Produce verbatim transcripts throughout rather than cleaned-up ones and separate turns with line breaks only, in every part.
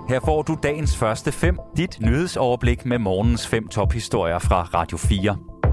Her får du dagens første fem, dit nyhedsoverblik med morgens fem tophistorier fra Radio fire.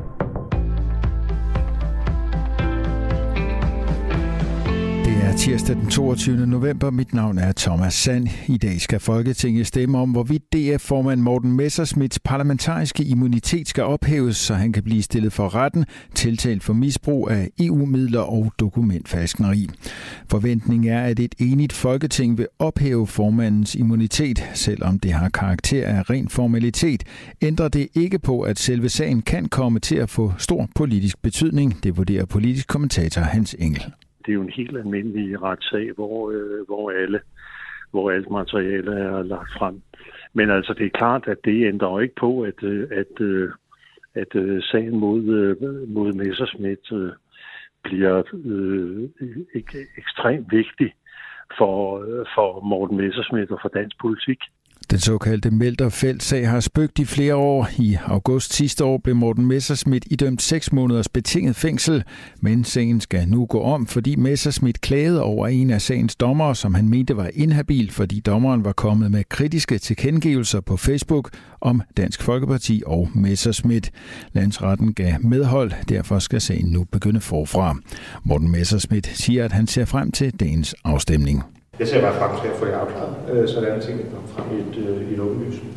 Det er tirsdag den toogtyvende november. Mit navn er Thomas Sand. I dag skal Folketinget stemme om, hvorvidt D F-formand Morten Messerschmidts parlamentariske immunitet skal ophæves, så han kan blive stillet for retten, tiltalt for misbrug af E U-midler og dokumentfalskneri. Forventningen er, at et enigt Folketing vil ophæve formandens immunitet. Selvom det har karakter af ren formalitet, ændrer det ikke på, at selve sagen kan komme til at få stor politisk betydning. Det vurderer politisk kommentator Hans Engel.
Det er jo en helt almindelig retssag, hvor, øh, hvor, alle, hvor alt materiale er lagt frem. Men altså, det er klart, at det ændrer jo ikke på, at, at, at, at sagen mod, mod Messerschmidt øh, bliver øh, ek, ekstremt vigtig for, for Morten Messerschmidt og for dansk politik.
Den såkaldte Melder-Feld-sag har spøgt i flere år. I august sidste år blev Morten Messerschmidt idømt seks måneders betinget fængsel, men sagen skal nu gå om, fordi Messerschmidt klagede over en af sagens dommere, som han mente var inhabil, fordi dommeren var kommet med kritiske tilkendegivelser på Facebook om Dansk Folkeparti og Messerschmidt. Landsretten gav medhold, derfor skal sagen nu begynde forfra. Morten Messerschmidt siger, at han ser frem til dagens afstemning.
Jeg ser bare frem til at få det afklaret, så der er ting, der kommer frem i et, i et åbent lys.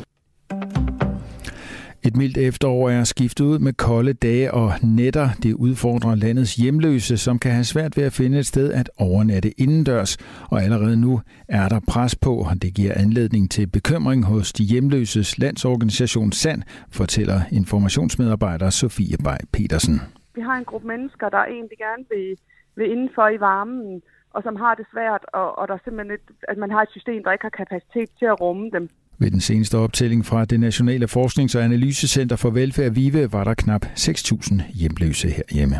Et mildt efterår er skiftet ud med kolde dage og nætter. Det udfordrer landets hjemløse, som kan have svært ved at finde et sted at overnatte indendørs. Og allerede nu er der pres på, og det giver anledning til bekymring hos de hjemløses landsorganisation SAND, fortæller informationsmedarbejder Sofie Bay Petersen.
Vi har en gruppe mennesker, der egentlig gerne vil, vil indenfor i varmen, og som har det svært, og, og der er simpelthen et, at man har et system, der ikke har kapacitet til at rumme dem.
Ved den seneste optælling fra det Nationale Forsknings- og Analysecenter for Velfærd VIVE var der knap seks tusind hjemløse herhjemme.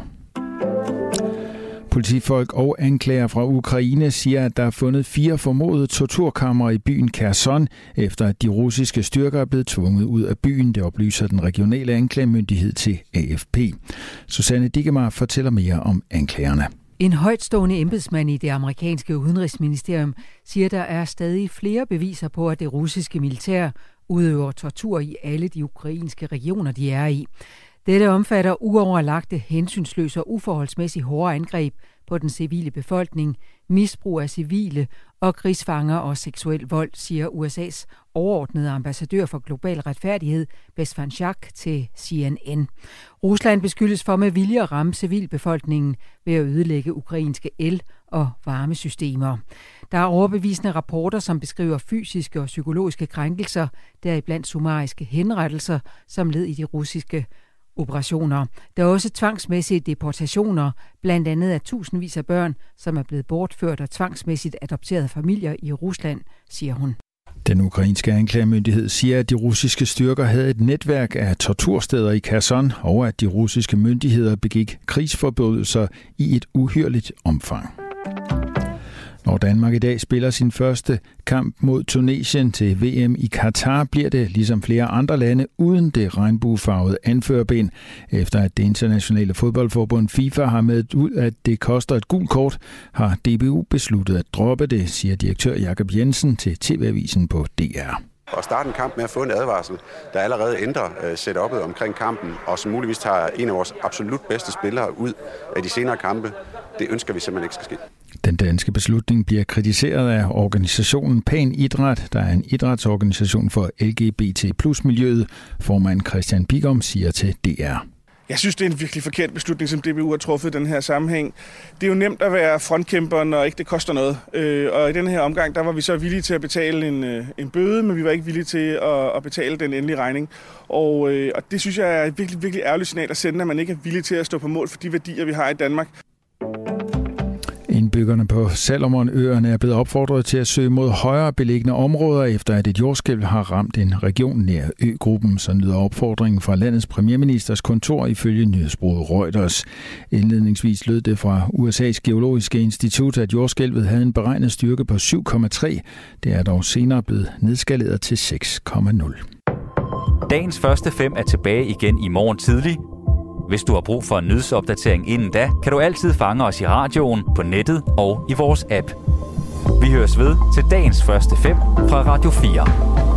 Politifolk og anklager fra Ukraine siger, at der er fundet fire formodede torturkamre i byen Kherson, efter at de russiske styrker er blevet tvunget ud af byen. Det oplyser den regionale anklagemyndighed til A F P. Susanne Digemar fortæller mere om anklagerne.
En højtstående embedsmand i det amerikanske udenrigsministerium siger, at der er stadig flere beviser på, at det russiske militær udøver tortur i alle de ukrainske regioner, de er i. Dette omfatter uoverlagte, hensynsløse og uforholdsmæssigt hårde angreb på den civile befolkning, misbrug af civile og krigsfanger og seksuel vold, siger U S A's overordnede ambassadør for global retfærdighed, Bestvan Schak, til C N N. Rusland beskyldes for med vilje at ramme civilbefolkningen ved at ødelægge ukrainske el- og varmesystemer. Der er overbevisende rapporter, som beskriver fysiske og psykologiske krænkelser, deriblandt summariske henrettelser, som led i de russiske operationer. Der er også tvangsmæssige deportationer, blandt andet af tusindvis af børn, som er blevet bortført af tvangsmæssigt adopterede familier i Rusland, siger hun.
Den ukrainske anklagemyndighed siger, at de russiske styrker havde et netværk af tortursteder i Kherson, og at de russiske myndigheder begik krigsforbrydelser i et uhyrligt omfang. Når Danmark i dag spiller sin første kamp mod Tunesien til V M i Katar, bliver det, ligesom flere andre lande, uden det regnbuefarvede anførerben. Efter at det internationale fodboldforbund FIFA har meldt ud, at det koster et gult kort, har D B U besluttet at droppe det, siger direktør Jakob Jensen til T V-avisen på D R.
Og starte en kamp med at få en advarsel, der allerede ændrer setup'et omkring kampen, og som muligvis tager en af vores absolut bedste spillere ud af de senere kampe. Det ønsker vi simpelthen ikke skal ske.
Den danske beslutning bliver kritiseret af organisationen Pan Idræt, der er en idrætsorganisation for L G B T plus miljøet. Formand Christian Bigum siger til D R.
Jeg synes, det er en virkelig forkert beslutning, som D B U har truffet i den her sammenhæng. Det er jo nemt at være frontkæmper, når ikke det koster noget. Og i den her omgang, der var vi så villige til at betale en, en bøde, men vi var ikke villige til at, at betale den endelige regning. Og, og det synes jeg er et virkelig, virkelig ærgerligt signal at sende, at man ikke er villig til at stå på mål for de værdier, vi har i Danmark.
Indbyggerne på Salomonøerne er blevet opfordret til at søge mod højere beliggende områder, efter at et jordskælv har ramt en region nær øgruppen, så lyder opfordringen fra landets premierministers kontor ifølge nyhedsbureauet Reuters. Indledningsvis lød det fra U S A's geologiske institut, at jordskælvet havde en beregnet styrke på syv komma tre. Det er dog senere blevet nedskaleret til seks komma nul.
Dagens første fem er tilbage igen i morgen tidlig. Hvis du har brug for en nyhedsopdatering inden da, kan du altid fange os i radioen, på nettet og i vores app. Vi høres ved til dagens første fem fra Radio fire.